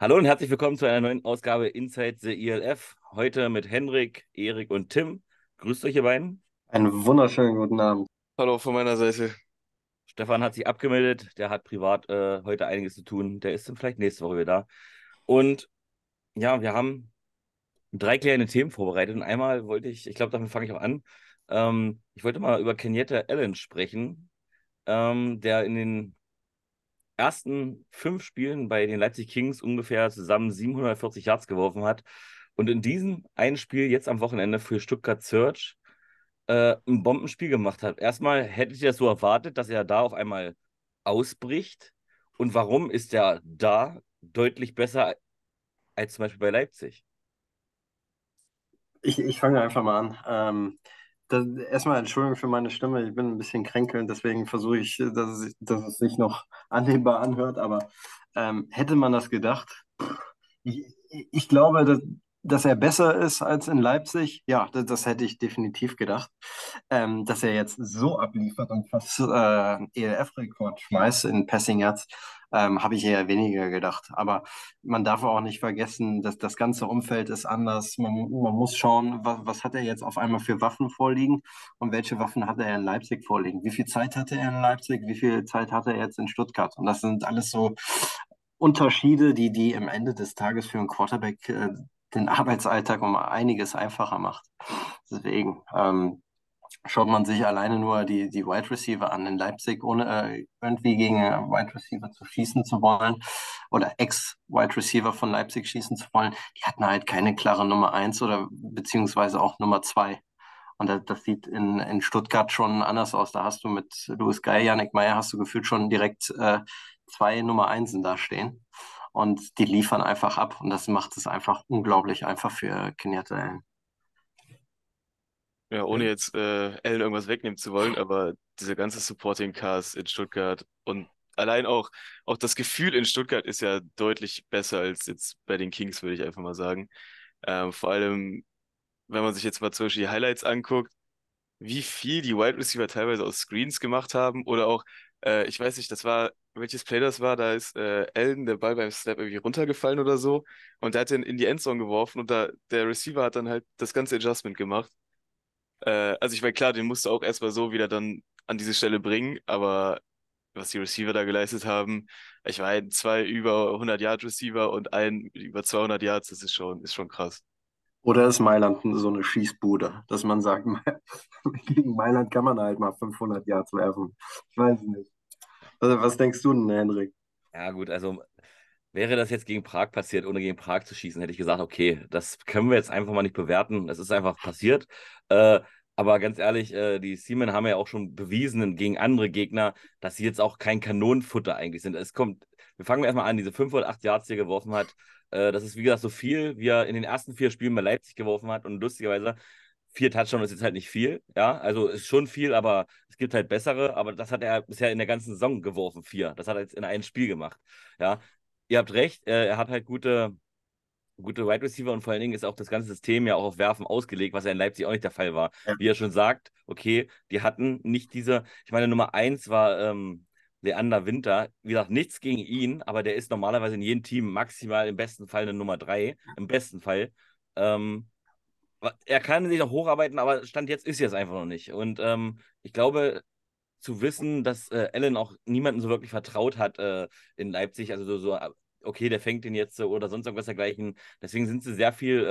Hallo und herzlich willkommen zu einer neuen Ausgabe Inside the ELF. Heute mit Henrik, Erik und Tim. Grüßt euch, ihr beiden. Einen wunderschönen guten Abend. Hallo von meiner Seite. Stefan hat sich abgemeldet. Der hat privat heute einiges zu tun. Der ist dann vielleicht nächste Woche wieder da. Und ja, wir haben drei kleine Themen vorbereitet. Und einmal wollte ich glaube, damit fange ich auch an. Ich wollte mal über Kenyatta Allen sprechen, der in den ersten 5 Spielen bei den Leipzig Kings ungefähr zusammen 740 Yards geworfen hat. Und in diesem einen Spiel jetzt am Wochenende für Stuttgart Search ein Bombenspiel gemacht hat. Erstmal hätte ich das so erwartet, dass er da auf einmal ausbricht. Und warum ist er da deutlich besser als zum Beispiel bei Leipzig? Ich fange einfach mal an. Erstmal Entschuldigung für meine Stimme. Ich bin ein bisschen kränkelnd, deswegen versuche ich, dass es sich noch annehmbar anhört. Aber hätte man das gedacht? Ich glaube, dass er besser ist als in Leipzig. Ja, das hätte ich definitiv gedacht. Dass er jetzt so abliefert und fast ELF-Rekord schmeißt in Passing Yards, habe ich eher weniger gedacht. Aber man darf auch nicht vergessen, dass das ganze Umfeld ist anders. Man muss schauen, was hat er jetzt auf einmal für Waffen vorliegen und welche Waffen hat er in Leipzig vorliegen. Wie viel Zeit hatte er in Leipzig? Wie viel Zeit hat er jetzt in Stuttgart? Und das sind alles so Unterschiede, die am Ende des Tages für einen Quarterback den Arbeitsalltag um einiges einfacher macht. Deswegen schaut man sich alleine nur die Wide Receiver an in Leipzig, ohne irgendwie gegen Wide Receiver zu schießen zu wollen oder Ex-Wide Receiver von Leipzig schießen zu wollen. Die hatten halt keine klare Nummer eins oder beziehungsweise auch Nummer zwei. Und das sieht in Stuttgart schon anders aus. Da hast du mit Louis Gay, Yannick Meyer, hast du gefühlt schon direkt zwei Nummer Einsen da stehen. Und die liefern einfach ab. Und das macht es einfach unglaublich einfach für Kenyatta Allen. Ja, ohne jetzt Allen irgendwas wegnehmen zu wollen, aber dieser ganze Supporting Cast in Stuttgart und allein auch das Gefühl in Stuttgart ist ja deutlich besser als jetzt bei den Kings, würde ich einfach mal sagen. Vor allem, wenn man sich jetzt mal zum Beispiel die Highlights anguckt, wie viel die Wide Receiver teilweise aus Screens gemacht haben oder auch, ich weiß nicht, welches Play das war, da ist Allen der Ball beim Snap irgendwie runtergefallen oder so und der hat den in die Endzone geworfen und der Receiver hat dann halt das ganze Adjustment gemacht. Also ich meine, klar, den musst du auch erstmal so wieder dann an diese Stelle bringen, aber was die Receiver da geleistet haben, ich meine, zwei über 100 Yard Receiver und ein über 200 Yards, das ist schon krass. Oder ist Mailand so eine Schießbude, dass man sagt, gegen Mailand kann man halt mal 500 Yards werfen. Ich weiß es nicht. Also, was denkst du denn, Hendrik? Ja, gut, also wäre das jetzt gegen Prag passiert, ohne gegen Prag zu schießen, hätte ich gesagt, okay, das können wir jetzt einfach mal nicht bewerten. Es ist einfach passiert. Äh, aber ganz ehrlich, die Seamen haben ja auch schon bewiesen gegen andere Gegner, dass sie jetzt auch kein Kanonenfutter eigentlich sind. Wir fangen erstmal an, diese 508 Yards, die er geworfen hat. Das ist, wie gesagt, so viel, wie er in den ersten 4 Spielen bei Leipzig geworfen hat. Und lustigerweise, 4 Touchdowns ist jetzt halt nicht viel. Ja, also ist schon viel, aber es gibt halt bessere. Aber das hat er bisher in der ganzen Saison geworfen, 4. Das hat er jetzt in einem Spiel gemacht. Ja, ihr habt recht, er hat halt gute Wide Receiver und vor allen Dingen ist auch das ganze System ja auch auf Werfen ausgelegt, was ja in Leipzig auch nicht der Fall war. Ja. Wie er schon sagt, okay, die hatten nicht diese, ich meine, Nummer 1 war Leander Winter. Wie gesagt, nichts gegen ihn, aber der ist normalerweise in jedem Team maximal im besten Fall eine Nummer 3, im besten Fall. Ähm, Er kann sich noch hocharbeiten, aber Stand jetzt ist er es einfach noch nicht. Und ich glaube, zu wissen, dass Allen auch niemanden so wirklich vertraut hat in Leipzig. Also okay, der fängt den jetzt oder sonst irgendwas dergleichen. Deswegen sind sie sehr viel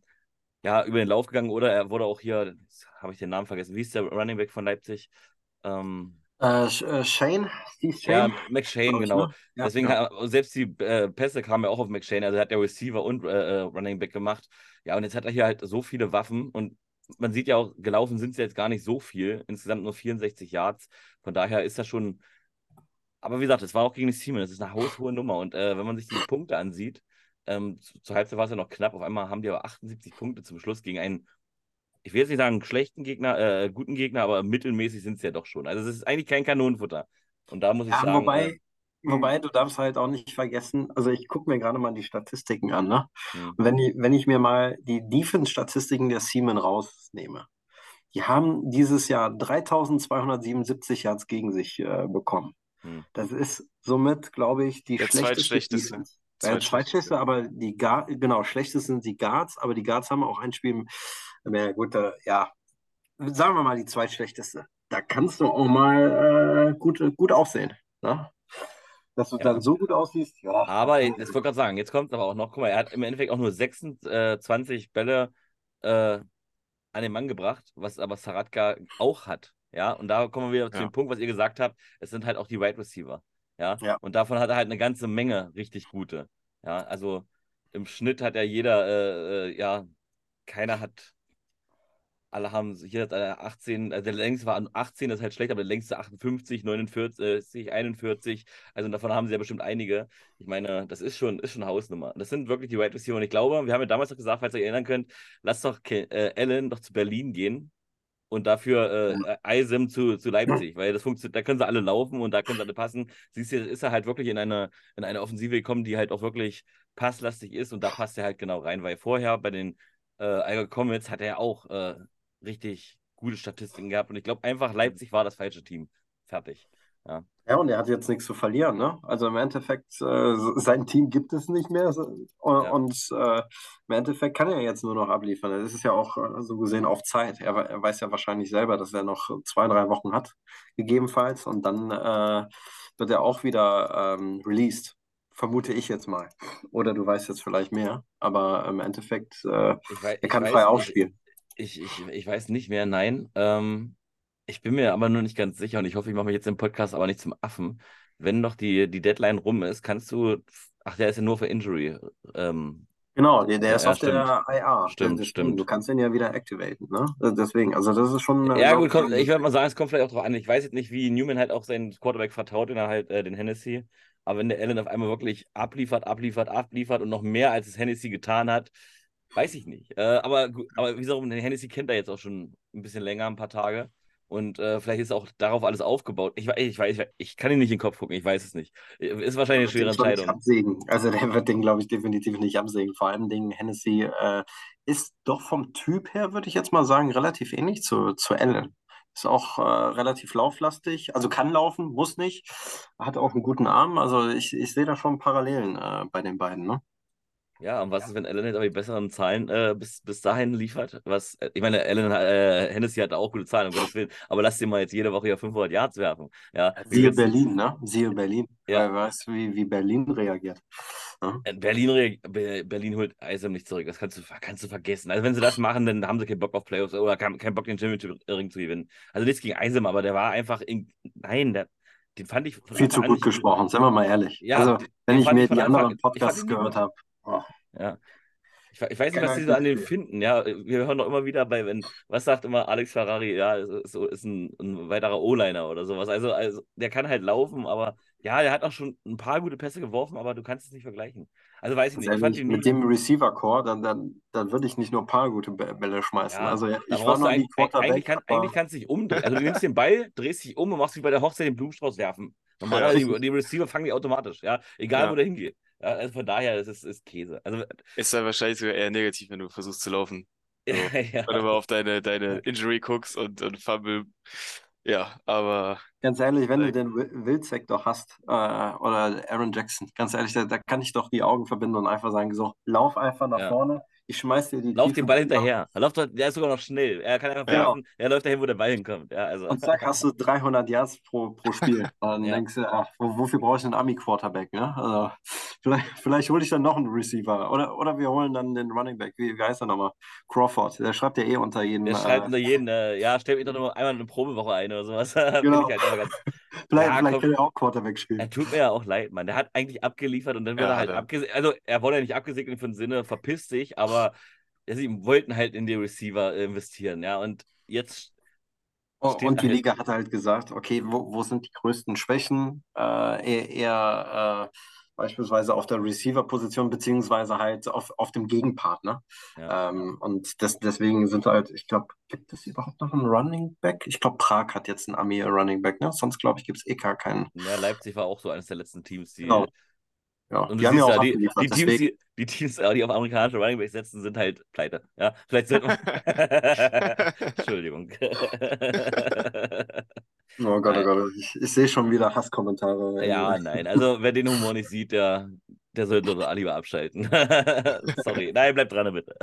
ja, über den Lauf gegangen oder er wurde auch hier, jetzt habe ich den Namen vergessen, wie ist der Running Back von Leipzig? Ähm, Shane? Steve ja, Shane? McShane, Glaube ich, genau. ne? Ja, Deswegen ja. selbst die Pässe kamen ja auch auf McShane, also hat der Receiver und Running Back gemacht. Ja, und jetzt hat er hier halt so viele Waffen und man sieht ja auch, gelaufen sind sie jetzt gar nicht so viel, insgesamt nur 64 Yards. Von daher ist das schon, aber wie gesagt, es war auch gegen die Seamen, das ist eine haushohe Nummer. Und wenn man sich die Punkte ansieht, zur Halbzeit war es ja noch knapp, auf einmal haben die aber 78 Punkte zum Schluss gegen einen, ich will jetzt nicht sagen schlechten Gegner, guten Gegner, aber mittelmäßig sind es ja doch schon. Also es ist eigentlich kein Kanonenfutter. Und da muss ich Ja, sagen, wobei du darfst halt auch nicht vergessen, also ich gucke mir gerade mal die Statistiken an, ne? hm, Und wenn ich mir mal die Defense-Statistiken der Seamen rausnehme, die haben dieses Jahr 3277 Yards gegen sich bekommen. hm. Das ist somit, glaube ich, die Der schlechteste zweitschlechteste. Defense. Zweitschlechteste, Zweitschlechteste. aber die Guards, genau, schlechteste sind die Guards, aber die Guards haben auch ein Spiel, ja gut, ja, sagen wir mal die zweitschlechteste. Da kannst du auch mal gut aussehen. Ne? Dass du dann Ja. so gut aussiehst, ja, da Aber kann es wollte gerade sagen, jetzt kommt aber auch noch, guck mal, er hat im Endeffekt auch nur 26 Bälle äh, an den Mann gebracht, was aber Saratka auch hat. Ja, und da kommen wir wieder zu dem Ja. Punkt, was ihr gesagt habt, es sind halt auch die Wide Receiver. Ja, ja. und davon hat er halt eine ganze Menge richtig gute. Ja, also im Schnitt hat ja jeder, ja, keiner hat, alle haben, hier hat 18, also der längste war 18, das ist halt schlecht, aber der längste 58, 49, 41, also davon haben sie ja bestimmt einige. Ich meine, das ist schon Hausnummer. Das sind wirklich die Wide Receiver und ich glaube, wir haben ja damals doch gesagt, falls ihr euch erinnern könnt, lasst doch Allen doch zu Berlin gehen und dafür Eisem zu Leipzig, weil das funktioniert, da können sie alle laufen und da können sie alle passen. Siehst du, ist er halt wirklich in eine Offensive gekommen, die halt auch wirklich passlastig ist und da passt er halt genau rein, weil vorher bei den Allgäu Comets hat er ja auch richtig gute Statistiken gehabt und ich glaube einfach, Leipzig war das falsche Team. Fertig. Ja, Ja, und er hat jetzt nichts zu verlieren, ne? Also im Endeffekt, sein Team gibt es nicht mehr ja. und im Endeffekt kann er jetzt nur noch abliefern. Das ist ja auch so gesehen auf Zeit. Er weiß ja wahrscheinlich selber, dass er noch 2, 3 Wochen hat, gegebenenfalls, und dann wird er auch wieder released, vermute ich jetzt mal. Oder du weißt jetzt vielleicht mehr, aber im Endeffekt, Ich weiß, er ich kann frei weiß, ausspielen. ich weiß nicht mehr, nein. Ich bin mir aber nur nicht ganz sicher und ich hoffe, ich mache mich jetzt im Podcast aber nicht zum Affen. Wenn doch die Deadline rum ist, kannst du. Ach, der ist ja nur für Injury. Genau, der ist Ja, auf stimmt. der IA. Stimmt, Deswegen, du stimmt. kannst ihn ja wieder activaten, ne? Deswegen, also das ist schon, Ja, glaube gut, ich, kommt, schon. ich würde mal sagen, es kommt vielleicht auch darauf an. Ich weiß jetzt nicht, wie Newman halt auch seinen Quarterback vertraut, den er halt den Hennessy. Aber wenn der Allen auf einmal wirklich abliefert und noch mehr als es Hennessy getan hat, weiß ich nicht. Aber wie gesagt, den Hennessy kennt er jetzt auch schon ein bisschen länger, ein paar Tage. Und vielleicht ist auch darauf alles aufgebaut. Ich kann ihn nicht in den Kopf gucken, ich weiß es nicht. Ist wahrscheinlich Der eine wird schwere den schon nicht Entscheidung. absägen. Also der wird den, glaube ich, definitiv nicht absägen. Vor allem Dingen Hennessy ist doch vom Typ her, würde ich jetzt mal sagen, relativ ähnlich zu Allen. Ist auch relativ lauflastig, also kann laufen, muss nicht. Hat auch einen guten Arm. Also ich sehe da schon Parallelen bei den beiden, ne? Ja, und was ist, wenn Allen jetzt aber die besseren Zahlen bis dahin liefert? Ich meine, Hennessy hat auch gute Zahlen, um Gottes Willen, aber lass den mal jetzt jede Woche ja 500 Yards werfen. Ja, wie Siehe willst du, Berlin, ne? Siehe Berlin. ja, Weißt du, wie Berlin reagiert? Ne? Berlin holt Eisem nicht zurück. Das kannst du vergessen. Also, wenn sie das machen, dann haben sie keinen Bock auf Playoffs oder keinen Bock, den Championship-Ring zu gewinnen. Also, nichts gegen Eisem, aber der war einfach nein, den fand ich von Viel Anfang zu an gut nicht. gesprochen, seien wir mal ehrlich. Ja, Also, wenn den ich fand ich mir von die Anfang, anderen ich fand Podcasts ihn nie gehört gut. habe, oh, Ja. Ich weiß nicht, kann was halt die so an nicht den viel. finden. Ja, wir hören doch immer wieder was sagt immer Alex Ferrari? Ja, ist ein weiterer O-Liner oder sowas. Also, der kann halt laufen, aber ja, der hat auch schon ein paar gute Pässe geworfen, aber du kannst es nicht vergleichen. Also weiß ich Ganz nicht. Ich fand ehrlich, ihn mit nie. dem Receiver-Core, dann würde ich nicht nur ein paar gute Bälle schmeißen. Ja, Also da ich war brauchst du noch nie Quarterback, eigentlich aber kannst du dich umdrehen. Also du nimmst den Ball, drehst dich um und machst wie bei der Hochzeit den Blumenstrauß werfen. Ja, Normalerweise richtig. die Receiver fangen die automatisch, ja, egal wo ja. der hingeht. Ja, also von daher, ist Käse. Also Ist dann wahrscheinlich sogar eher negativ, wenn du versuchst zu laufen. So. ja, Wenn du mal auf deine Injury guckst und Fumble. Ja, aber Ganz ehrlich, wenn du like, den Wilczek doch hast, oder Aaron Jackson, ganz ehrlich, da kann ich doch die Augen verbinden und einfach sagen, so, lauf einfach nach ja. vorne, ich schmeiß dir die Lauf den tiefe Ball Bombe. hinterher. Der ist sogar noch schnell. Er kann einfach ja. Genau. werfen. Er läuft dahin, wo der Ball hinkommt. Ja, also. Und zack, hast du 300 Yards pro Spiel. Dann Ja. denkst du, ach, wofür brauche ich einen Army-Quarterback? Ne? Also, vielleicht hole ich dann noch einen Receiver. Oder wir holen dann den Running Back. Wie heißt er nochmal? Crawford. Der schreibt ja eh unter jedem. Der schreibt unter jeden, ja, stell mir doch noch einmal eine Probewoche ein oder sowas. Finde ich Genau. halt immer ganz. Vielleicht, Ja, vielleicht komm, kann er auch Quarterback er spielen. tut mir ja auch leid, Mann. Der hat eigentlich abgeliefert und dann wird Ja, er hat halt er. abgesegnet. Also, er wurde ja nicht abgesegnet für den Sinne, verpiss dich, aber sie wollten halt in die Receiver investieren, ja. Und jetzt steht Und er die halt. Liga hat halt gesagt, okay, wo sind die größten Schwächen? Eher beispielsweise auf der Receiver-Position, beziehungsweise halt auf dem Gegenpartner. Ja, Und deswegen sind halt, ich glaube, gibt es überhaupt noch einen Running Back? Ich glaube, Prag hat jetzt einen Army-Running Back, ne? Sonst, glaube ich, gibt es eh gar keinen. ja, Leipzig war auch so eines der letzten Teams, Genau, die. ja. Und du Die haben ja siehst auch ja, die, abgeliefert, die Teams, deswegen. die Teams, die auf amerikanische Running Backs setzen, sind halt pleite. Ja, vielleicht sollte man. Entschuldigung. Oh Gott, oh Nein. Gott, ich sehe schon wieder Hasskommentare. Ja, nein. Also, wer den Humor nicht sieht, der. Der sollte doch Ali mal abschalten. Sorry. Nein, bleib dran damit.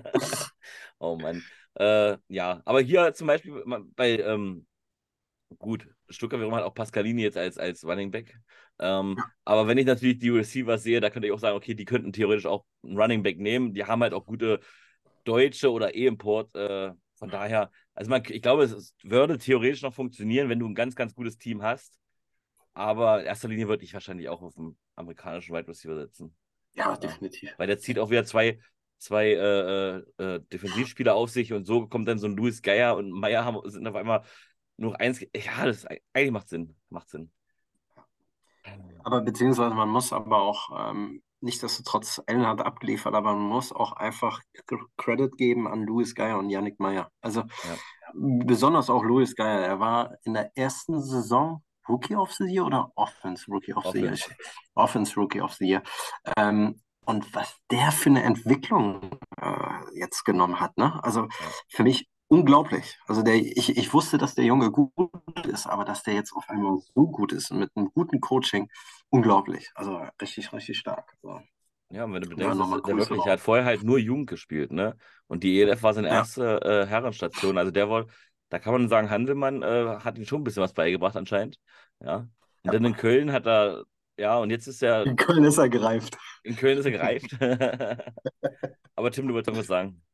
Oh Mann. Ja, aber hier zum Beispiel bei, gut, Stuttgart wiederum hat auch Pascalini jetzt als Running Back. Aber wenn ich natürlich die Receiver sehe, da könnte ich auch sagen, okay, die könnten theoretisch auch einen Running Back nehmen. Die haben halt auch gute Deutsche oder E-Import. Von daher, also ich glaube, würde theoretisch noch funktionieren, wenn du ein ganz, ganz gutes Team hast. Aber in erster Linie würde ich wahrscheinlich auch auf den amerikanischen Wide Receiver setzen. Ja, Ja. definitiv. Weil der zieht auch wieder zwei Defensivspieler auf sich und so kommt dann so ein Louis Geier und Meyer sind auf einmal nur eins. Ja, das eigentlich macht Sinn. Macht Sinn. Aber beziehungsweise man muss aber auch, nichtsdestotrotz, Allen hat abgeliefert, aber man muss auch einfach Credit geben an Louis Geier und Yannick Meyer. Also Ja, besonders auch Louis Geier. Er war in der ersten Saison Rookie of the Year oder Offense Rookie of the Year? Offense. Offense Rookie of the Year. Und was der für eine Entwicklung jetzt genommen hat, ne? Also Ja. für mich unglaublich. Also ich wusste, dass der Junge gut ist, aber dass der jetzt auf einmal so gut ist und mit einem guten Coaching, unglaublich. Also richtig, richtig stark. Also, Ja, und wenn du ja, bedenkst, dass nochmal der Grüße wirklich, er hat raus. vorher halt nur Jugend gespielt, ne? Und die ELF war seine Ja, erste Herrenstation. Also da kann man sagen, Hanselmann hat ihm schon ein bisschen was beigebracht anscheinend. Ja. Und dann in ja. Köln hat er, ja, und jetzt ist er, In Köln ist er gereift. in Köln ist er gereift. Aber Tim, du wolltest irgendwas sagen,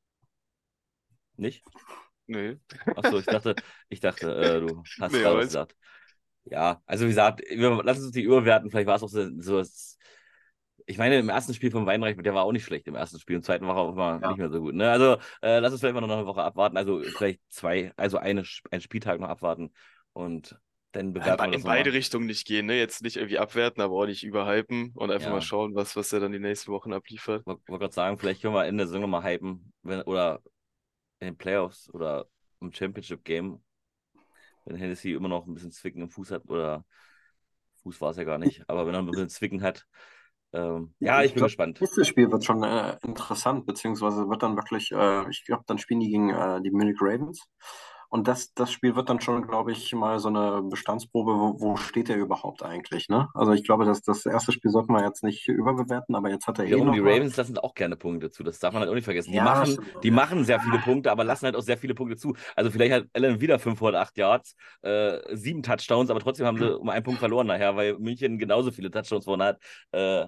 nicht? Nö. Achso, ich dachte, du hast Nee, gerade aber was gesagt. Ja, also wie gesagt, lass uns nicht überwerten, vielleicht war es auch so ich meine, im ersten Spiel vom Weinreich, der war auch nicht schlecht im ersten Spiel, im zweiten war er auch mal nicht Ja. mehr so gut. Ne? Also lass uns vielleicht mal noch eine Woche abwarten, also vielleicht also einen Spieltag noch abwarten und dann ja, bewerten wir in das beide nochmal. Richtungen nicht gehen, ne? Jetzt nicht irgendwie abwerten, aber auch nicht überhypen und einfach mal Ja, schauen, was er dann die nächsten Wochen abliefert. wollte gerade sagen, vielleicht können wir Ende der Saison nochmal hypen, oder in den Playoffs oder im Championship Game, wenn Hennessy immer noch ein bisschen Zwicken im Fuß hat, oder Fuß war es ja gar nicht, aber wenn er ein bisschen Zwicken hat, Ja, ja, ich ich bin glaube, gespannt. das nächste Spiel wird schon interessant, beziehungsweise wird dann wirklich, ich glaube, dann spielen die gegen die Munich Ravens. Und das Spiel wird dann schon, glaube ich, mal so eine Bestandsprobe, wo steht er überhaupt eigentlich, ne? Also ich glaube, dass das erste Spiel sollten wir jetzt nicht überbewerten, aber jetzt hat er eh Wiederum, die nochmal. Ravens lassen auch gerne Punkte zu. Das darf man halt auch nicht vergessen. Die Ja, machen, stimmt auch die wieder. machen sehr viele Punkte, aber Ja, lassen halt auch sehr viele Punkte zu. Also vielleicht hat Allen wieder 508 Yards, 7 Touchdowns, aber trotzdem haben sie um einen Punkt verloren nachher, weil München genauso viele Touchdowns vorne hat. Äh,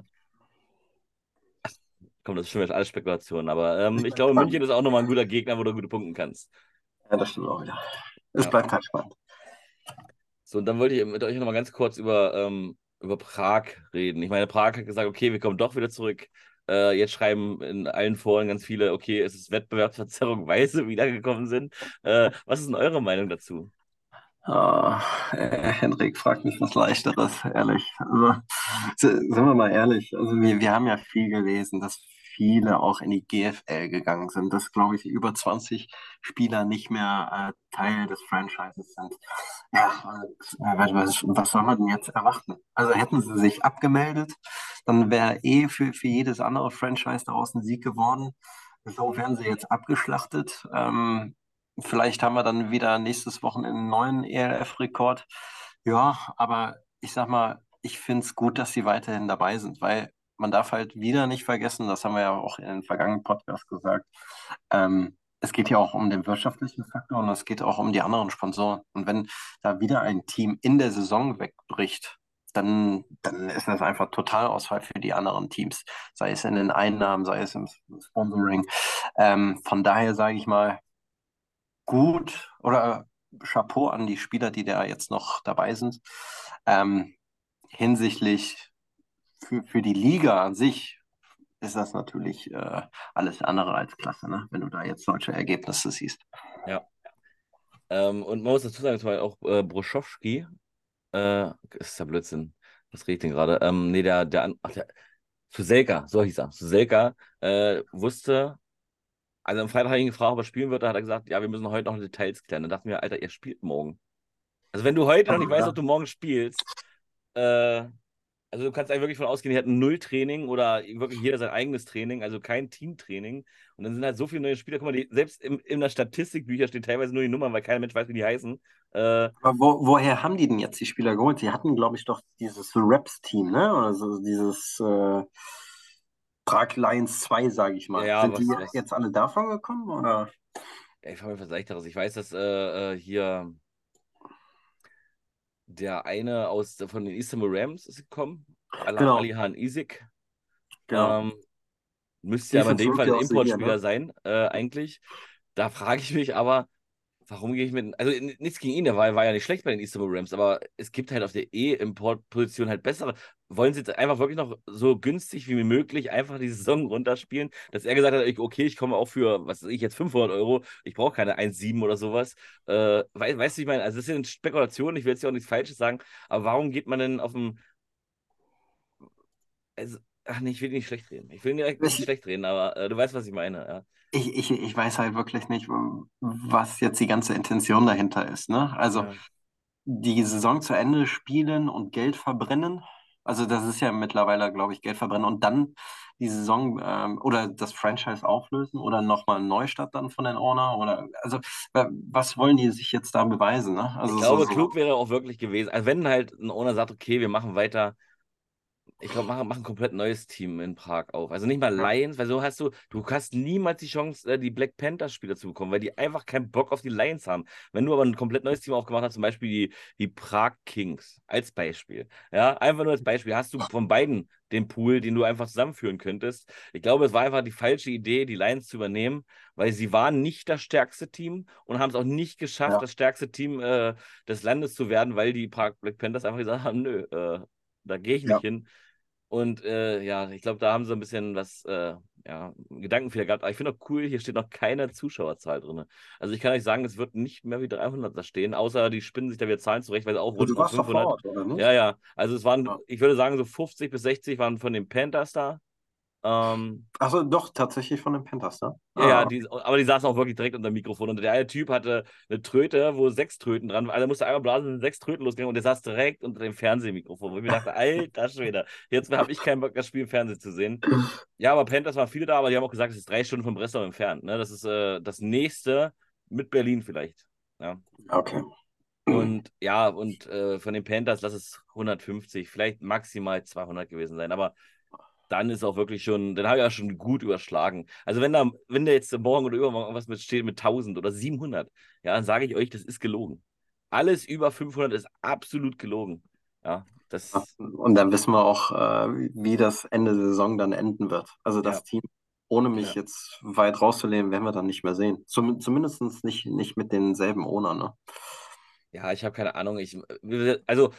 Komm, das ist schon wieder alles Spekulation. Aber ich ich bin glaube, gespannt. München ist auch nochmal ein guter Gegner, wo du gute punkten kannst. Ja, das stimmt auch wieder. Es Ja. bleibt halt spannend. So, und dann wollte ich mit euch nochmal ganz kurz über Prag reden. Ich meine, Prag hat gesagt, okay, wir kommen doch wieder zurück. Jetzt schreiben in allen Foren ganz viele, okay, es ist Wettbewerbsverzerrung, weil sie wiedergekommen sind. Was ist denn eure Meinung dazu? Ah, Henrik fragt mich was Leichteres, ehrlich. Also, sind wir mal ehrlich, also wir haben ja viel gelesen, dass viele auch in die GFL gegangen sind, dass, glaube ich, über 20 Spieler nicht mehr Teil des Franchises sind. Ja, was soll man denn jetzt erwarten? Also hätten sie sich abgemeldet, dann wäre für jedes andere Franchise daraus ein Sieg geworden. So werden sie jetzt abgeschlachtet. Vielleicht haben wir dann wieder nächstes Wochenende einen neuen ELF-Rekord. Ja, aber ich sag mal, ich finde es gut, dass sie weiterhin dabei sind, weil man darf halt wieder nicht vergessen, das haben wir ja auch in den vergangenen Podcasts gesagt, es geht ja auch um den wirtschaftlichen Faktor und es geht auch um die anderen Sponsoren. Und wenn da wieder ein Team in der Saison wegbricht, dann ist das einfach Totalausfall für die anderen Teams, sei es in den Einnahmen, sei es im Sponsoring. Von daher sage ich mal, gut oder Chapeau an die Spieler, die da jetzt noch dabei sind. Ähm, hinsichtlich für die Liga an sich ist das natürlich alles andere als klasse, ne? Wenn du da jetzt solche Ergebnisse siehst. Ja. Und man muss dazu sagen, es war auch Broschowski, ist ja Blödsinn. Was rede ich denn gerade? Nee, der Suselka, so hieß er. Suselka wusste, also am Freitag habe ich ihn gefragt, ob er spielen wird, da hat er gesagt, ja, wir müssen heute noch Details klären. Dann dachten wir, Alter, ihr spielt morgen. Also wenn du heute noch nicht weißt, ob du morgen spielst, äh, Also du kannst eigentlich wirklich von ausgehen, die hatten null Training oder wirklich jeder sein eigenes Training, also kein Teamtraining. Und dann sind halt so viele neue Spieler, guck mal, selbst in der Statistikbücher stehen teilweise nur die Nummern, weil keiner Mensch weiß, wie die heißen. Aber woher haben die denn jetzt die Spieler geholt? Die hatten, glaube ich, doch dieses Raps-Team, ne? Oder so dieses Prag Lions 2, sage ich Ja, mal. ja, Sind die was, jetzt alle davon gekommen, oder? ja, ich frage mich, was sag ich daraus? Ich weiß, dass hier der eine von den Istanbul Rams ist gekommen, Genau, Alihan Isik. genau. Ähm, Müsste ja aber in Defense dem Fall Rookie ein of the Year, ne? Importspieler sein, eigentlich. Da frage ich mich aber, warum gehe ich mit. Also nichts gegen ihn, war ja nicht schlecht bei den Istanbul Rams, aber es gibt halt auf der E-Import-Position halt bessere. Wollen sie jetzt einfach wirklich noch so günstig wie möglich einfach die Saison runterspielen, dass er gesagt hat, okay, ich komme auch für, was weiß ich, jetzt 500 €, ich brauche keine 1,7 oder sowas. Weißt du, ich meine, also das sind Spekulationen, ich will jetzt ja auch nichts Falsches sagen, aber warum geht man denn auf dem. Also, ach nee, ich will ihn nicht schlecht reden. Ich will ihn direkt nicht Ich, schlecht reden, aber du weißt, was ich meine, ja. ich weiß halt wirklich nicht, was jetzt die ganze Intention dahinter ist, ne? Also Ja. die Saison zu Ende spielen und Geld verbrennen. Also das ist ja mittlerweile, glaube ich, Geld verbrennen und dann die Saison oder das Franchise auflösen oder nochmal einen Neustart dann von den Owner oder also was wollen die sich jetzt da beweisen, ne? Ich Also glaube, klug wäre auch wirklich gewesen, also wenn halt ein Owner sagt, okay, wir machen weiter, ich glaube, machen ein komplett neues Team in Prag auf. Also nicht mal Lions, weil so du hast niemals die Chance, die Black Panthers-Spieler zu bekommen, weil die einfach keinen Bock auf die Lions haben. Wenn du aber ein komplett neues Team aufgemacht hast, zum Beispiel die Prag Kings als Beispiel, ja, einfach nur als Beispiel, hast du von beiden den Pool, den du einfach zusammenführen könntest. Ich glaube, es war einfach die falsche Idee, die Lions zu übernehmen, weil sie waren nicht das stärkste Team und haben es auch nicht geschafft, ja, das stärkste Team des Landes zu werden, weil die Prag Black Panthers einfach gesagt haben, nö, da gehe ich nicht ja. hin. Und ja, ich glaube, da haben sie ein bisschen was, ja, Gedankenfehler gehabt. Aber ich finde auch cool, hier steht noch keine Zuschauerzahl drin. Also ich kann euch sagen, es wird nicht mehr wie 300 da stehen, außer die spinnen sich da wieder Zahlen zurecht, weil sie Du aufrunden auf warst doch vor 500. Ort, oder Ja, nicht? ja. Also es waren, Ja. ich würde sagen, so 50 bis 60 waren von den Panthers da. Ähm, Achso, doch, tatsächlich von den Panthers, ne? ja, ja, Ah, aber die saßen auch wirklich direkt unter dem Mikrofon. Und der eine Typ hatte eine Tröte, wo 6 Tröten dran waren. Also er musste einmal blasen, sind 6 Tröten losgegangen und der saß direkt unter dem Fernsehmikrofon. Wo ich mir dachte, alter Schwede, jetzt habe ich keinen Bock, das Spiel im Fernsehen zu sehen. Ja, aber Panthers waren viele da, aber die haben auch gesagt, es ist 3 Stunden von Breslau entfernt. Ne? Das ist das nächste mit Berlin vielleicht. Ja. okay. Und ja, und von den Panthers, lass es 150, vielleicht maximal 200 gewesen sein. Aber dann ist auch wirklich schon, dann habe ich ja schon gut überschlagen. Also wenn da jetzt morgen oder übermorgen irgendwas mit steht mit 1000 oder 700, ja, dann sage ich euch, das ist gelogen. Alles über 500 ist absolut gelogen. Ja, Ja, und dann wissen wir auch, wie das Ende der Saison dann enden wird. Also ja, das Team, ohne mich ja. jetzt weit rauszulehnen, werden wir dann nicht mehr sehen. Zumindest nicht mit denselben Owner, ne? Ja, ich habe keine Ahnung. Also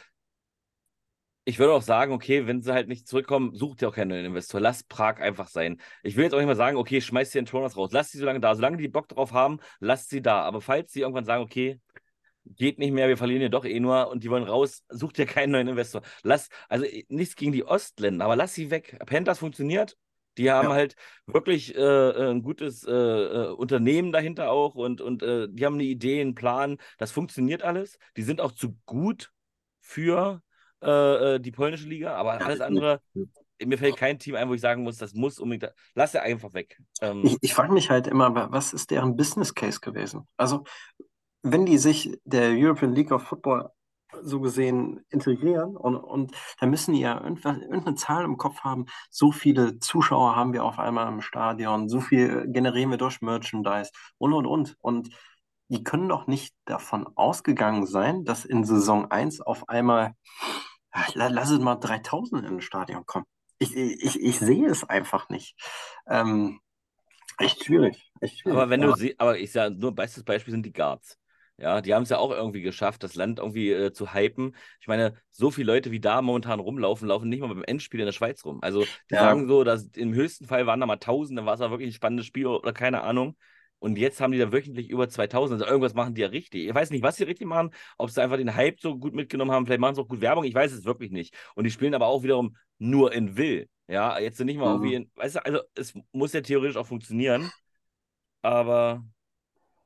ich würde auch sagen, okay, wenn sie halt nicht zurückkommen, sucht ihr auch keinen neuen Investor. Lasst Prag einfach sein. Ich will jetzt auch nicht mal sagen, okay, schmeißt die Tronas raus. Lasst sie so lange da. Solange die Bock drauf haben, lasst sie da. Aber falls sie irgendwann sagen, okay, geht nicht mehr, wir verlieren ja doch eh nur und die wollen raus, sucht ihr keinen neuen Investor. Also nichts gegen die Ostländer, aber lass sie weg. Panthers funktioniert. Die haben Ja. halt wirklich ein gutes Unternehmen dahinter auch und die haben eine Idee, einen Plan. Das funktioniert alles. Die sind auch zu gut für die polnische Liga, aber Ja, alles definitiv. andere, mir fällt kein Team ein, wo ich sagen muss, das muss unbedingt. Lass er einfach weg. Ich frage mich halt immer, was ist deren Business Case gewesen? Also, wenn die sich der European League of Football so gesehen integrieren und dann müssen die ja irgendeine Zahl im Kopf haben, so viele Zuschauer haben wir auf einmal im Stadion, so viel generieren wir durch Merchandise und. Und die können doch nicht davon ausgegangen sein, dass in Saison eins auf einmal, lass es mal 3000 in ein Stadion kommen. Ich sehe es einfach nicht. Ähm, echt schwierig, echt Aber schwierig. wenn du sie, aber ich sage, nur bestes Beispiel sind die Guards. Ja, die haben es ja auch irgendwie geschafft, das Land irgendwie zu hypen. Ich meine, so viele Leute wie da momentan rumlaufen, laufen nicht mal beim Endspiel in der Schweiz rum. Also die Ja, sagen so, dass im höchsten Fall waren da mal 1000, dann war es da wirklich ein spannendes Spiel oder keine Ahnung. Und jetzt haben die da wöchentlich über 2000. Also irgendwas machen die ja richtig. Ich weiß nicht, was sie richtig machen, ob sie einfach den Hype so gut mitgenommen haben. Vielleicht machen sie auch gut Werbung. Ich weiß es wirklich nicht. Und die spielen aber auch wiederum nur in Will. Ja, jetzt nicht mal irgendwie mhm. in, weißt du, also es muss ja theoretisch auch funktionieren. Aber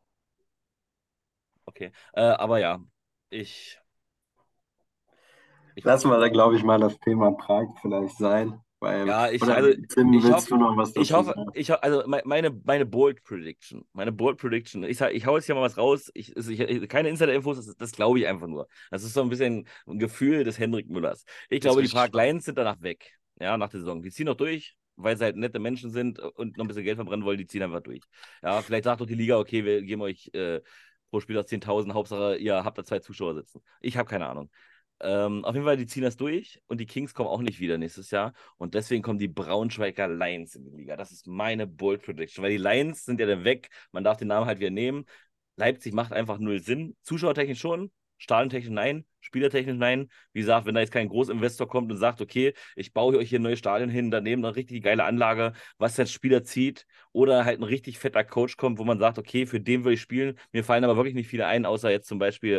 okay. Aber ja, ich. Ich, Lassen wir da, glaube ich, mal das Thema Prag vielleicht sein. Weil, ja, oder also Tim, ich willst hoffe, du noch was dazu sagen? also meine Bold Prediction, ich hau jetzt hier mal was raus, keine Insider-Infos, das glaube ich einfach nur. Das ist so ein bisschen ein Gefühl des Hendrik Müllers. Ich Das ist glaube, die richtig Prag spannend. Lions sind danach weg, ja, nach der Saison. Die ziehen noch durch, weil sie halt nette Menschen sind und noch ein bisschen Geld verbrennen wollen, die ziehen einfach durch. Ja, vielleicht sagt doch die Liga, okay, wir geben euch pro Spieler 10.000, Hauptsache ihr habt da 2 Zuschauer sitzen. Ich habe keine Ahnung. Auf jeden Fall, die ziehen das durch und die Kings kommen auch nicht wieder nächstes Jahr. Und deswegen kommen die Braunschweiger Lions in die Liga. Das ist meine Bold Prediction, weil die Lions sind ja dann weg. Man darf den Namen halt wieder nehmen. Leipzig macht einfach null Sinn. Zuschauertechnisch schon, stadientechnisch nein, spielertechnisch nein. Wie gesagt, wenn da jetzt kein Großinvestor kommt und sagt, okay, ich baue euch hier ein neues Stadion hin, daneben eine richtig geile Anlage, was den Spieler zieht, oder halt ein richtig fetter Coach kommt, wo man sagt, okay, für den will ich spielen. Mir fallen aber wirklich nicht viele ein, außer jetzt zum Beispiel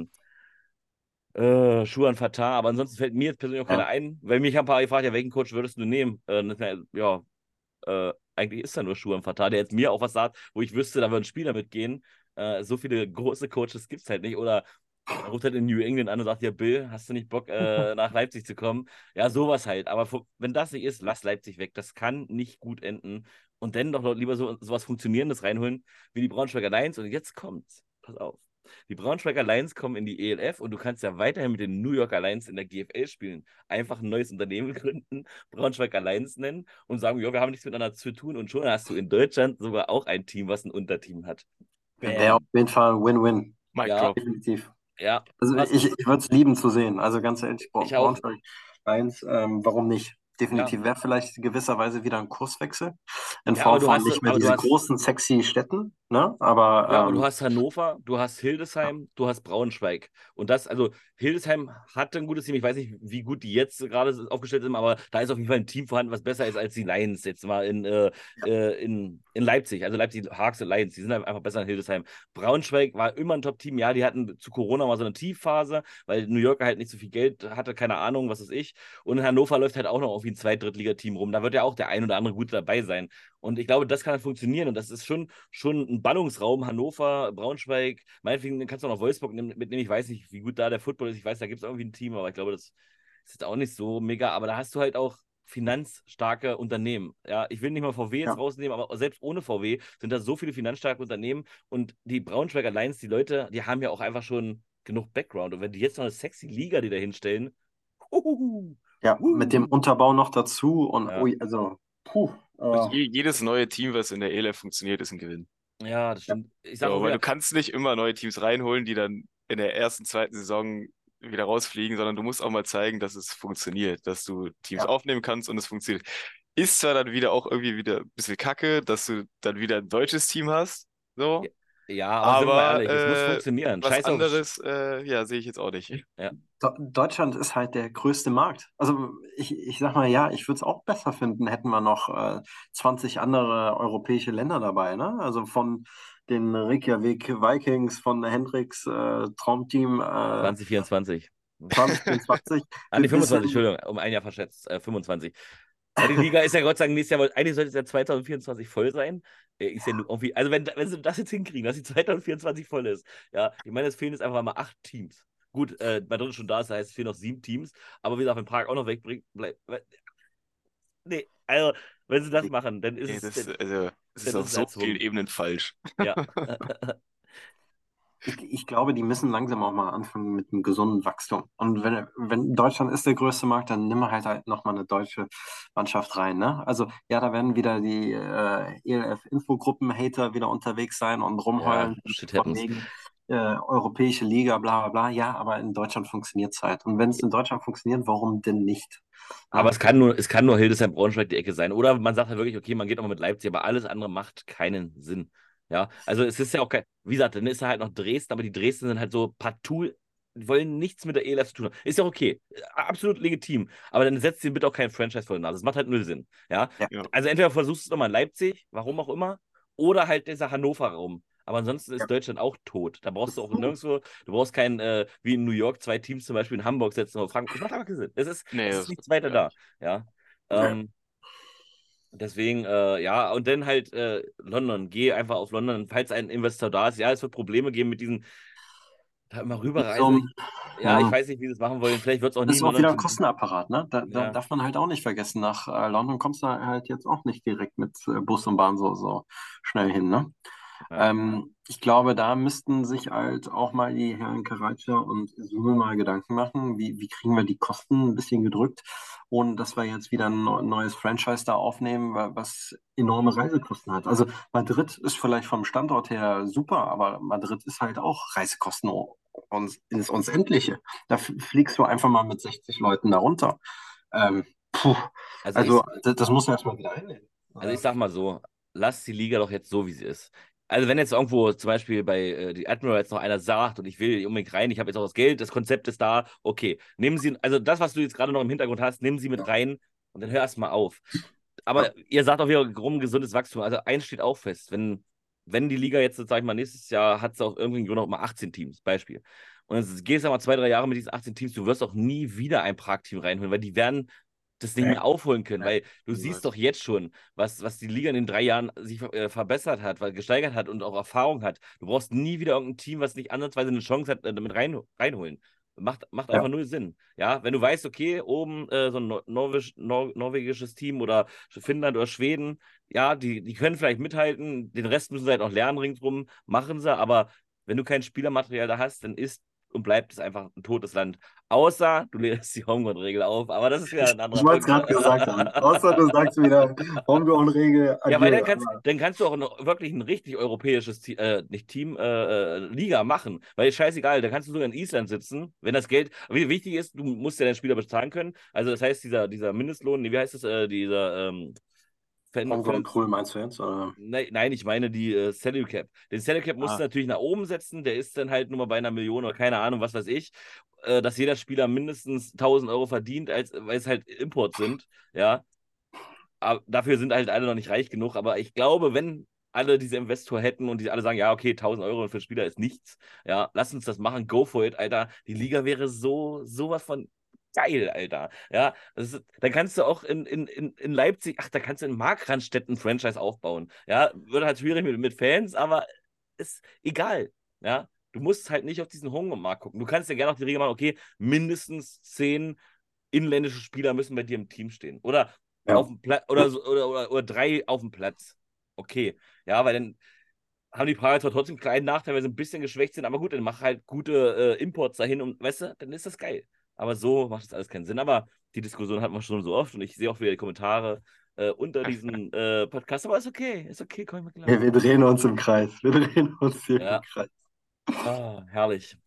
Schuhan Fatah, aber ansonsten fällt mir jetzt persönlich auch keiner Ja. ein, weil mich haben ein paar gefragt, ja, welchen Coach würdest du nehmen? Ja, eigentlich ist da nur Schuhan Fatah, der jetzt mir auch was sagt, wo ich wüsste, da würden Spieler mitgehen. So viele große Coaches gibt es halt nicht. Oder man ruft halt in New England an und sagt, ja, Bill, hast du nicht Bock, nach Leipzig zu kommen? Ja, sowas halt. Aber wenn das nicht ist, lass Leipzig weg. Das kann nicht gut enden. Und dann doch lieber sowas Funktionierendes reinholen wie die Braunschweiger Lions. Und jetzt kommt's. Pass auf. Die Braunschweiger Lions kommen in die ELF und du kannst ja weiterhin mit den New Yorker Lions in der GFL spielen. Einfach ein neues Unternehmen gründen, Braunschweiger Lions nennen und sagen, ja, wir haben nichts miteinander zu tun. Und schon hast du in Deutschland sogar auch ein Team, was ein Unterteam hat. Wäre auf Bam. jeden Fall ein Win-Win. Mic Ja, drop. Definitiv. ja. Also Was? ich würde es lieben zu sehen. Also ganz ehrlich, Ich auch. Braunschweig 1, warum nicht? Ja. Definitiv. Wäre vielleicht gewisserweise wieder ein Kurswechsel in Ja, Form von nicht mehr aber du diese hast, großen, sexy Städten, ne? ja, aber Aber du hast Hannover, du hast ja, Hildesheim, du hast Braunschweig. Und das, also Hildesheim hatte ein gutes Team. Ich weiß nicht, wie gut die jetzt gerade aufgestellt sind, aber da ist auf jeden Fall ein Team vorhanden, was besser ist als die Lions jetzt mal in Leipzig. Also Leipzig, Hawks und Lions, die sind einfach besser in Hildesheim. Braunschweig war immer ein Top-Team. Ja, die hatten zu Corona mal so eine Tiefphase, weil New Yorker halt nicht so viel Geld hatte, keine Ahnung, was weiß ich. Und in Hannover läuft halt auch noch irgendwie ein Zweit-Drittliga-Team rum. Da wird ja auch der ein oder andere gut dabei sein. Und ich glaube, das kann halt funktionieren. Und das ist schon ein Ballungsraum. Hannover, Braunschweig, meinetwegen kannst du auch noch Wolfsburg mitnehmen. Ich weiß nicht, wie gut da der Football ist. Ich weiß, da gibt es irgendwie ein Team, aber ich glaube, das ist jetzt auch nicht so mega. Aber da hast du halt auch finanzstarke Unternehmen. Ja, ich will nicht mal VW jetzt ja, rausnehmen, aber selbst ohne VW sind da so viele finanzstarke Unternehmen und die Braunschweiger Lions, die Leute, die haben ja auch einfach schon genug Background. Und wenn die jetzt noch eine sexy Liga, die da hinstellen, uhuhu, ja, mit dem Unterbau noch dazu und ja, ui, also, puh, Und aber, jedes neue Team, was in der ELF funktioniert, ist ein Gewinn. ja, das ja, stimmt. Ich sage So, auch weil wieder, du kannst nicht immer neue Teams reinholen, die dann in der ersten, zweiten Saison wieder rausfliegen, sondern du musst auch mal zeigen, dass es funktioniert, dass du Teams ja, aufnehmen kannst und es funktioniert. Ist zwar dann wieder auch irgendwie wieder ein bisschen kacke, dass du dann wieder ein deutsches Team hast, so, ja, aber sind wir mal aber ehrlich, es muss funktionieren. was Scheiß auf, anderes, ja, sehe ich jetzt auch nicht. ja. Deutschland ist halt der größte Markt. Also ich sag mal, ja, ich würde es auch besser finden, hätten wir noch 20 andere europäische Länder dabei, ne? Also von den Reykjavik Vikings, von Hendricks Traumteam 2024. 2024 Ah, nee, bis 25, hin, Entschuldigung, um ein Jahr verschätzt, 25. Ja, die Liga ist ja Gott sei Dank nächstes Jahr, eigentlich sollte es ja 2024 voll sein. Ist ja nur irgendwie, also wenn sie das jetzt hinkriegen, dass die 2024 voll ist, ja, ich meine, es fehlen jetzt einfach mal 8 Teams. Gut, Madrid ist schon da, das heißt, es fehlen noch 7 Teams, aber wie gesagt, wenn Prag auch noch wegbringt, bleibt, nee, also, wenn sie das machen, dann ist Nee, es, dann, also, es ist dann ist auf es so vielen erzwungen. Ebenen falsch. Ja. ich glaube, die müssen langsam auch mal anfangen mit einem gesunden Wachstum. Und wenn Deutschland ist der größte Markt, dann nimm halt noch mal eine deutsche Mannschaft rein, ne? Also ja, da werden wieder die ELF-Infogruppen-Hater wieder unterwegs sein und Ja, rumheulen shit von happens. wegen europäische Liga, bla bla bla. Ja, aber in Deutschland funktioniert es halt. Und wenn es in Deutschland funktioniert, warum denn nicht? Aber Ja, es kann nur Hildesheim-Braunschweig die Ecke sein. Oder man sagt ja wirklich, okay, man geht auch mal mit Leipzig, aber alles andere macht keinen Sinn. Ja, also es ist ja auch kein, wie gesagt, dann ist da halt noch Dresden, aber die Dresden sind halt so partout, die wollen nichts mit der ELF zu tun haben. Ist ja okay, absolut legitim. Aber dann setzt ihnen bitte auch kein Franchise vor die Nase. Das macht halt null Sinn. Ja, ja, Ja. also entweder versuchst du es nochmal in Leipzig, warum auch immer, oder halt dieser Hannover-Raum. Aber ansonsten ja. ist Deutschland auch tot. Da brauchst du auch nirgendwo, du brauchst kein, wie in New York, 2 Teams zum Beispiel in Hamburg setzen oder Frankfurt. Das macht aber keinen Sinn. Nee, Es ist das nichts weiter gar da. nicht. Ja. Ja. Ähm, deswegen, ja, und dann halt London. Geh einfach auf London. Falls ein Investor da ist, ja, es wird Probleme geben mit diesen. Da immer Mit so rüberreisen. einem, Ja, ich ja, weiß nicht, wie sie das machen wollen. Vielleicht wird es auch das nie ist in auch London wieder ein zum. Kostenapparat, ne? Da Ja, darf man halt auch nicht vergessen, nach London kommst du halt jetzt auch nicht direkt mit Bus und Bahn so schnell hin, ne? ja. Ich glaube, da müssten sich halt auch mal die Herren Karaca und Sume mal Gedanken machen, wie kriegen wir die Kosten ein bisschen gedrückt, ohne dass wir jetzt wieder ein neues Franchise da aufnehmen, was enorme Reisekosten hat. Also Madrid ist vielleicht vom Standort her super, aber Madrid ist halt auch Reisekosten ins Unendliche. Da fliegst du einfach mal mit 60 Leuten da runter. Puh, Also also ich, das muss man erstmal wieder einnehmen. Also ich sag mal so, lass die Liga doch jetzt so, wie sie ist. Also wenn jetzt irgendwo zum Beispiel bei die Admiral jetzt noch einer sagt und ich will unbedingt rein, ich habe jetzt auch das Geld, das Konzept ist da, okay, nehmen Sie, also das, was du jetzt gerade noch im Hintergrund hast, nehmen Sie mit Ja, rein und dann hör erst mal auf. ja, Aber ihr sagt auch wieder rum gesundes Wachstum. Also eins steht auch fest, wenn die Liga jetzt, sag ich mal, nächstes Jahr hat sie aus irgendeinem Grund auch mal 18 Teams, Beispiel. Und dann gehst du mal 2, 3 Jahre mit diesen 18 Teams, du wirst auch nie wieder ein Prag-Team reinholen, weil die werden das nicht nee, mehr aufholen können, nee, weil du siehst Niemals. doch jetzt schon, was die Liga in den 3 Jahren sich verbessert hat, gesteigert hat und auch Erfahrung hat. Du brauchst nie wieder irgendein Team, was nicht ansatzweise eine Chance hat, damit reinholen. Macht einfach ja. null Sinn. Ja, wenn du weißt, okay, oben so ein norwegisches Team oder Finnland oder Schweden, ja, die können vielleicht mithalten, den Rest müssen sie halt noch lernen ringsrum, machen sie, aber wenn du kein Spielermaterial da hast, dann ist und bleibt es einfach ein totes Land. Außer du lässt die Homeground-Regel auf, aber das ist wieder ein Ich anderer wollte es Punkt. gerade gesagt haben. Außer du sagst wieder, Homegrown-Regel, Ja, weil adieu. Aber dann kannst du auch noch wirklich ein richtig europäisches nicht Team, Liga machen. Weil scheißegal, da kannst du sogar in Island sitzen, wenn das Geld. Wie wichtig ist, du musst ja deinen Spieler bezahlen können. Also das heißt, dieser Mindestlohn, nee, wie heißt das, dieser Fan, Homegrown-Krul meinst du jetzt? Oder? Nein, ich meine die Salary Cap. Den Salary Cap musst du Ah, natürlich nach oben setzen. Der ist dann halt nur mal bei 1 Million oder keine Ahnung, was weiß ich. Dass jeder Spieler mindestens 1.000 € verdient, weil es halt Imports sind. Ja, aber dafür sind halt alle noch nicht reich genug. Aber ich glaube, wenn alle diese Investor hätten und die alle sagen, ja, okay, 1.000 € für einen Spieler ist nichts. Ja, lass uns das machen, go for it, Alter. Die Liga wäre sowas von geil, Alter. Ja, dann kannst du auch in Leipzig, ach, da kannst du in Markranstädt ein Franchise aufbauen. Ja, wird halt schwierig mit Fans, aber ist egal. Ja, du musst halt nicht auf diesen Hungermarkt gucken. Du kannst ja gerne auch die Regel machen, okay, mindestens 10 inländische Spieler müssen bei dir im Team stehen. Oder auf ja. dem Platz oder 3 auf dem Platz. Okay. Ja, weil dann haben die Prager zwar trotzdem einen kleinen Nachteil, weil sie ein bisschen geschwächt sind, aber gut, dann mach halt gute Imports dahin und weißt du, dann ist das geil. Aber so macht das alles keinen Sinn. Aber die Diskussion hatten wir schon so oft und ich sehe auch wieder die Kommentare unter diesen Podcast, aber ist okay, komm mal klar. Wir drehen uns im Kreis. Wir drehen uns hier im Ja, Kreis. herrlich.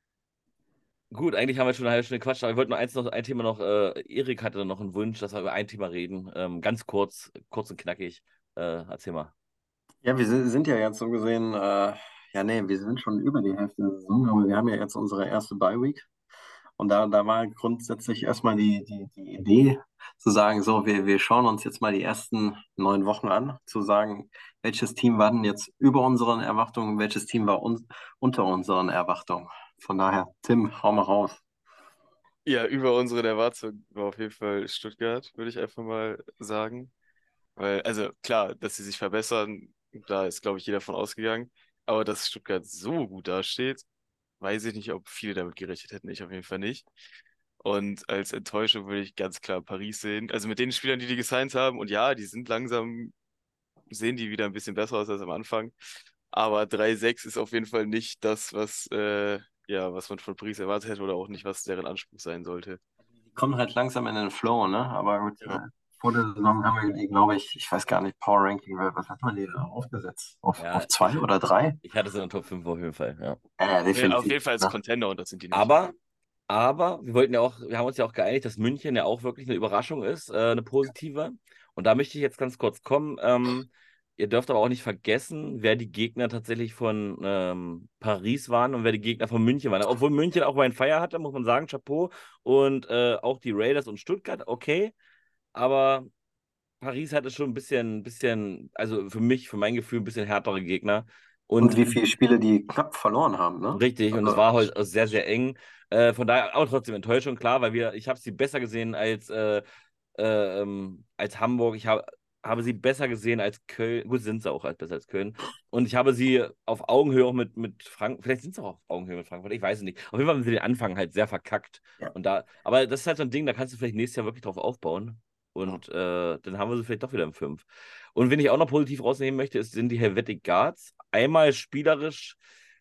Gut, eigentlich haben wir schon eine halbe Stunde Quatsch, aber ich wollte noch ein Thema noch. Erik hatte noch einen Wunsch, dass wir über ein Thema reden. Ganz kurz und knackig. Erzähl mal. Ja, wir sind ja jetzt so gesehen, ja, nee, wir sind schon über die Hälfte der Saison, aber wir haben ja jetzt unsere erste Bye-Week. Und da war grundsätzlich erstmal die Idee zu sagen, so, wir schauen uns jetzt mal die ersten 9 Wochen an, zu sagen, welches Team war denn jetzt über unseren Erwartungen, welches Team war unter unseren Erwartungen. Von daher, Tim, hau mal raus. Ja, über unsere Erwartung war auf jeden Fall Stuttgart, würde ich einfach mal sagen. Weil, also klar, dass sie sich verbessern, da ist, glaube ich, jeder von ausgegangen. Aber dass Stuttgart so gut dasteht, weiß ich nicht, ob viele damit gerechnet hätten. Ich auf jeden Fall nicht. Und als Enttäuschung würde ich ganz klar Paris sehen. Also mit den Spielern, die gesigned haben. Und ja, die sind langsam, sehen die wieder ein bisschen besser aus als am Anfang. Aber 3-6 ist auf jeden Fall nicht das, ja, was man von Paris erwartet hätte oder auch nicht, was deren Anspruch sein sollte. Die kommen halt langsam in den Flow, ne? Aber gut, Ja. vor der Saison haben wir die, glaube ich weiß gar nicht, Power Ranking, was hat man die da aufgesetzt? Auf Ja, 2 oder 3? ich hatte es in der Top 5 auf jeden Fall, ja. Auf Definitiv. jeden Fall als Ne? Contender und das sind die nicht. Aber, aber wir haben uns ja auch geeinigt, dass München ja auch wirklich eine Überraschung ist, eine positive. Und da möchte ich jetzt ganz kurz kommen. Ihr dürft aber auch nicht vergessen, wer die Gegner tatsächlich von Paris waren und wer die Gegner von München waren. Obwohl München auch einen Feier hatte, muss man sagen, Chapeau. Und auch die Raiders und Stuttgart, okay. Aber Paris hatte schon also für mich, für mein Gefühl, ein bisschen härtere Gegner. Und Und wie viele Spiele die knapp verloren haben, ne? richtig, und es Also, war halt sehr, sehr eng. Von daher auch trotzdem Enttäuschung, klar, weil ich habe sie besser gesehen als Hamburg. habe sie besser gesehen als Köln. Gut, sind sie auch besser als Köln. Und ich habe sie auf Augenhöhe auch mit Frankfurt. Vielleicht sind sie auch auf Augenhöhe mit Frankfurt. Ich weiß es nicht. Auf jeden Fall haben sie den Anfang halt sehr verkackt. Ja. Aber das ist halt so ein Ding, da kannst du vielleicht nächstes Jahr wirklich drauf aufbauen. Und dann haben wir sie vielleicht doch wieder im 5. Und wen ich auch noch positiv rausnehmen möchte, sind die Helvetic Guards. Einmal spielerisch,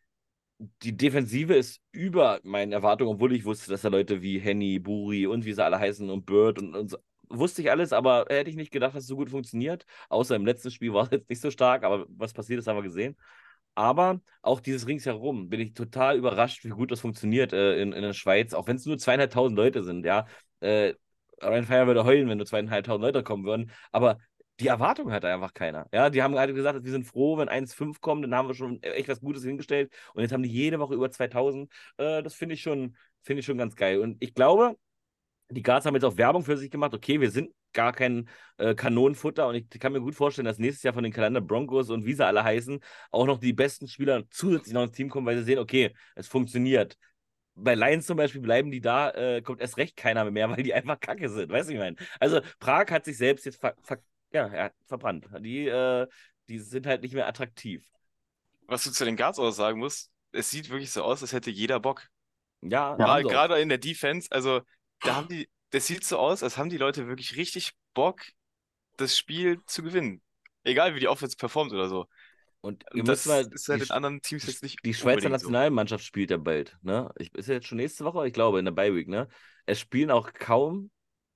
die Defensive ist über meinen Erwartungen, obwohl ich wusste, dass da Leute wie Henny, Buri und wie sie alle heißen und Bird und so, wusste ich alles, aber hätte ich nicht gedacht, dass es so gut funktioniert. Außer im letzten Spiel war es jetzt nicht so stark, aber was passiert ist, haben wir gesehen. Aber auch dieses Ringsherum bin ich total überrascht, wie gut das funktioniert in der Schweiz, auch wenn es nur 2.500 Leute sind, ja. Ryan Fire würde heulen, wenn nur 2.500 Leute kommen würden, aber die Erwartung hat einfach keiner. Ja, die haben halt gesagt, wir sind froh, wenn 1,5 kommen, dann haben wir schon echt was Gutes hingestellt und jetzt haben die jede Woche über 2.000. Das finde ich schon ganz geil. Und ich glaube, die Guards haben jetzt auch Werbung für sich gemacht. Okay, wir sind gar kein Kanonenfutter und ich kann mir gut vorstellen, dass nächstes Jahr von den Kalender Broncos und wie sie alle heißen, auch noch die besten Spieler zusätzlich noch ins Team kommen, weil sie sehen, okay, es funktioniert. Bei Lions zum Beispiel bleiben die da, kommt erst recht keiner mehr, weil die einfach kacke sind. Weißt du, wie ich meine? Also Prag hat sich selbst jetzt verbrannt. Die sind halt nicht mehr attraktiv. Was du zu den Guards auch sagen musst, es sieht wirklich so aus, als hätte jeder Bock. Ja, Ja. haben sie auch. Gerade in der Defense, also das sieht so aus, als haben die Leute wirklich richtig Bock, das Spiel zu gewinnen. Egal wie die Offense performt oder so. Und ihr Und müsst das mal, ist halt in anderen Teams die, jetzt nicht die Schweizer unbedingt so. Nationalmannschaft spielt ja bald, ne? Ist ja jetzt schon nächste Woche, ich glaube, in der Bye Week, ne? Es spielen auch kaum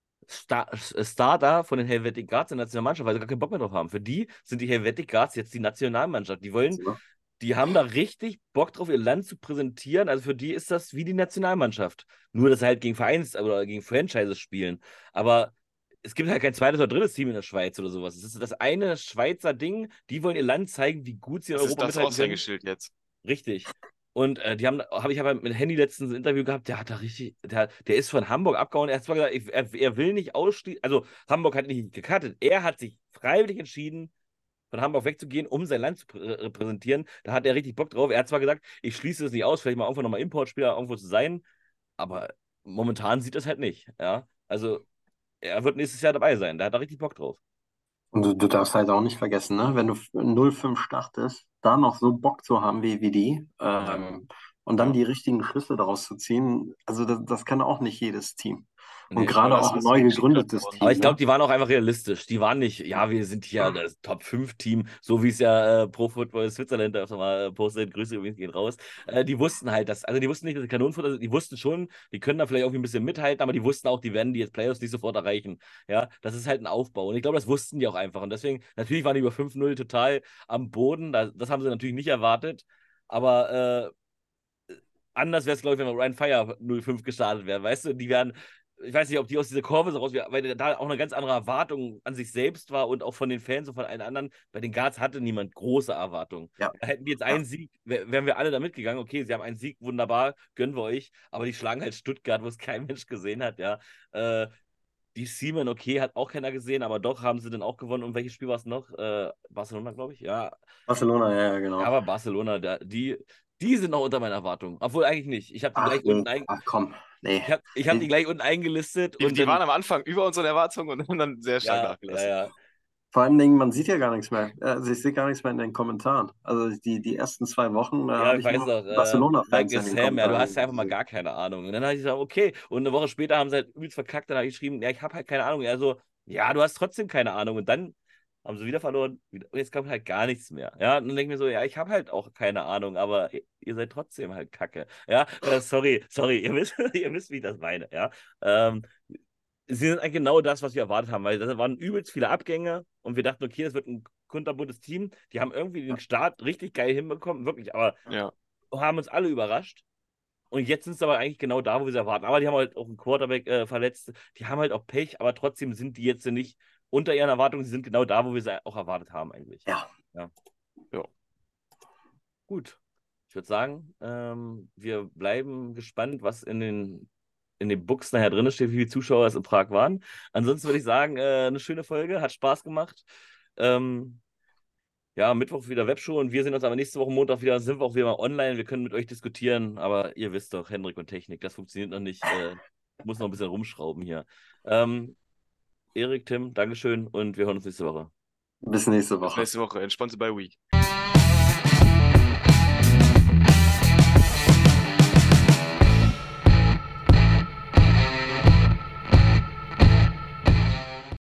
Starter von den Helvetic Guards in der Nationalmannschaft, weil sie gar keinen Bock mehr drauf haben. Für die sind die Helvetic Guards jetzt die Nationalmannschaft. Die haben da richtig Bock drauf, ihr Land zu präsentieren. Also für die ist das wie die Nationalmannschaft. Nur, dass sie halt gegen Vereins- oder gegen Franchises spielen. Aber es gibt halt kein zweites oder drittes Team in der Schweiz oder sowas. Es ist das eine Schweizer Ding. Die wollen ihr Land zeigen, wie gut sie in Das ist Europa das mithalten können. Aushängeschild jetzt. Richtig. Und ich habe mit Henny letztens ein Interview gehabt, der hat da richtig, der ist von Hamburg abgehauen. Er hat zwar gesagt, er will nicht ausschließen, also Hamburg hat nicht gecuttet. Er hat sich freiwillig entschieden, von Hamburg wegzugehen, um sein Land zu repräsentieren. Da hat er richtig Bock drauf. Er hat zwar gesagt, ich schließe es nicht aus, vielleicht mal irgendwann nochmal Importspieler irgendwo zu sein, aber momentan sieht das halt nicht. Ja, also er wird nächstes Jahr dabei sein. Da hat er richtig Bock drauf. Und du darfst halt auch nicht vergessen, ne? Wenn du 0-5 startest, da noch so Bock zu haben wie die Ja. und dann Ja. die richtigen Schlüsse daraus zu ziehen, also das kann auch nicht jedes Team. Und Nee. Vor allem gerade weißt auch du, ein was du neu gegen Stuttgart gegründetes gewonnen Aber Team, ich glaube, ne? die waren auch einfach realistisch. Die waren nicht, ja, wir sind hier das Top-5-Team, so wie es ja Pro Football Switzerland öfter mal postet. Grüße übrigens gehen raus. Die wussten halt, also die wussten nicht, dass sie Kanonenfutter sind. Die wussten schon, die können da vielleicht auch ein bisschen mithalten, aber die wussten auch, die werden die jetzt Playoffs nicht sofort erreichen. Ja, das ist halt ein Aufbau. Und ich glaube, das wussten die auch einfach. Und deswegen, natürlich waren die über 5-0 total am Boden. Das haben sie natürlich nicht erwartet. Aber anders wäre es, glaube ich, wenn wir Ryan Fire 0-5 gestartet wären. Weißt du, die wären, ich weiß nicht, ob die aus dieser Kurve so raus, weil da auch eine ganz andere Erwartung an sich selbst war und auch von den Fans und von allen anderen. Bei den Guards hatte niemand große Erwartungen. Ja, Hätten die jetzt ja. einen Sieg, wären wir alle da mitgegangen. Okay, sie haben einen Sieg, wunderbar, gönnen wir euch. Aber die schlagen halt Stuttgart, wo es kein Mensch gesehen hat, ja. Die Seaman, okay, hat auch keiner gesehen, aber doch haben sie dann auch gewonnen. Und welches Spiel war es noch? Barcelona, glaube ich. Ja, Barcelona, ja, ja, genau. aber Barcelona, die sind noch unter meiner Erwartung. Obwohl eigentlich nicht. Ich habe die Ach, gleich nee, unten ach komm, nee. ich hab die gleich unten eingelistet und Die dann, waren am Anfang über unseren Erwartungen und haben dann sehr stark ja, ja, nachgelassen. ja. Vor allen Dingen, man sieht ja gar nichts mehr. Also ich sehe gar nichts mehr in den Kommentaren. Also die ersten 2 Wochen, da Ja, habe ich ich weiß nur noch, Barcelona-Fans Michael in den Sam, ja, du hast Kommentaren ja einfach mal gesehen. gar keine Ahnung. Und dann habe ich gesagt, okay. Und eine Woche später haben sie halt übelst verkackt, dann habe ich geschrieben, ja, ich habe halt keine Ahnung. Er so, ja, du hast trotzdem keine Ahnung. Und dann haben sie wieder verloren. Und jetzt kommt halt gar nichts mehr. Ja, und dann denke ich mir so, ja, ich habe halt auch keine Ahnung, aber ihr seid trotzdem halt Kacke. Ja, sorry, ihr wisst, wie ich das meine. Ja, sie sind eigentlich genau das, was wir erwartet haben, weil da waren übelst viele Abgänge und wir dachten, okay, das wird ein kunterbuntes Team. Die haben irgendwie den Start richtig geil hinbekommen, wirklich, aber Ja. haben uns alle überrascht. Und jetzt sind sie aber eigentlich genau da, wo wir sie erwarten. Aber die haben halt auch einen Quarterback verletzt. Die haben halt auch Pech, aber trotzdem sind die jetzt nicht unter ihren Erwartungen. Sie sind genau da, wo wir sie auch erwartet haben, eigentlich. Ja, Ja, Ja. gut. Ich würde sagen, wir bleiben gespannt, was in den Books nachher drin steht, wie viele Zuschauer es in Prag waren. Ansonsten würde ich sagen, eine schöne Folge, hat Spaß gemacht. Ähm, ja, Mittwoch wieder Webshow und wir sehen uns aber nächste Woche Montag wieder, sind wir auch wieder mal online. Wir können mit euch diskutieren, aber ihr wisst doch, Hendrik und Technik, das funktioniert noch nicht. Muss noch ein bisschen rumschrauben hier. Ähm, Erik, Tim, Dankeschön und wir hören uns nächste Woche. Bis nächste Bis Woche. nächste Woche. Entspannte Bye Week.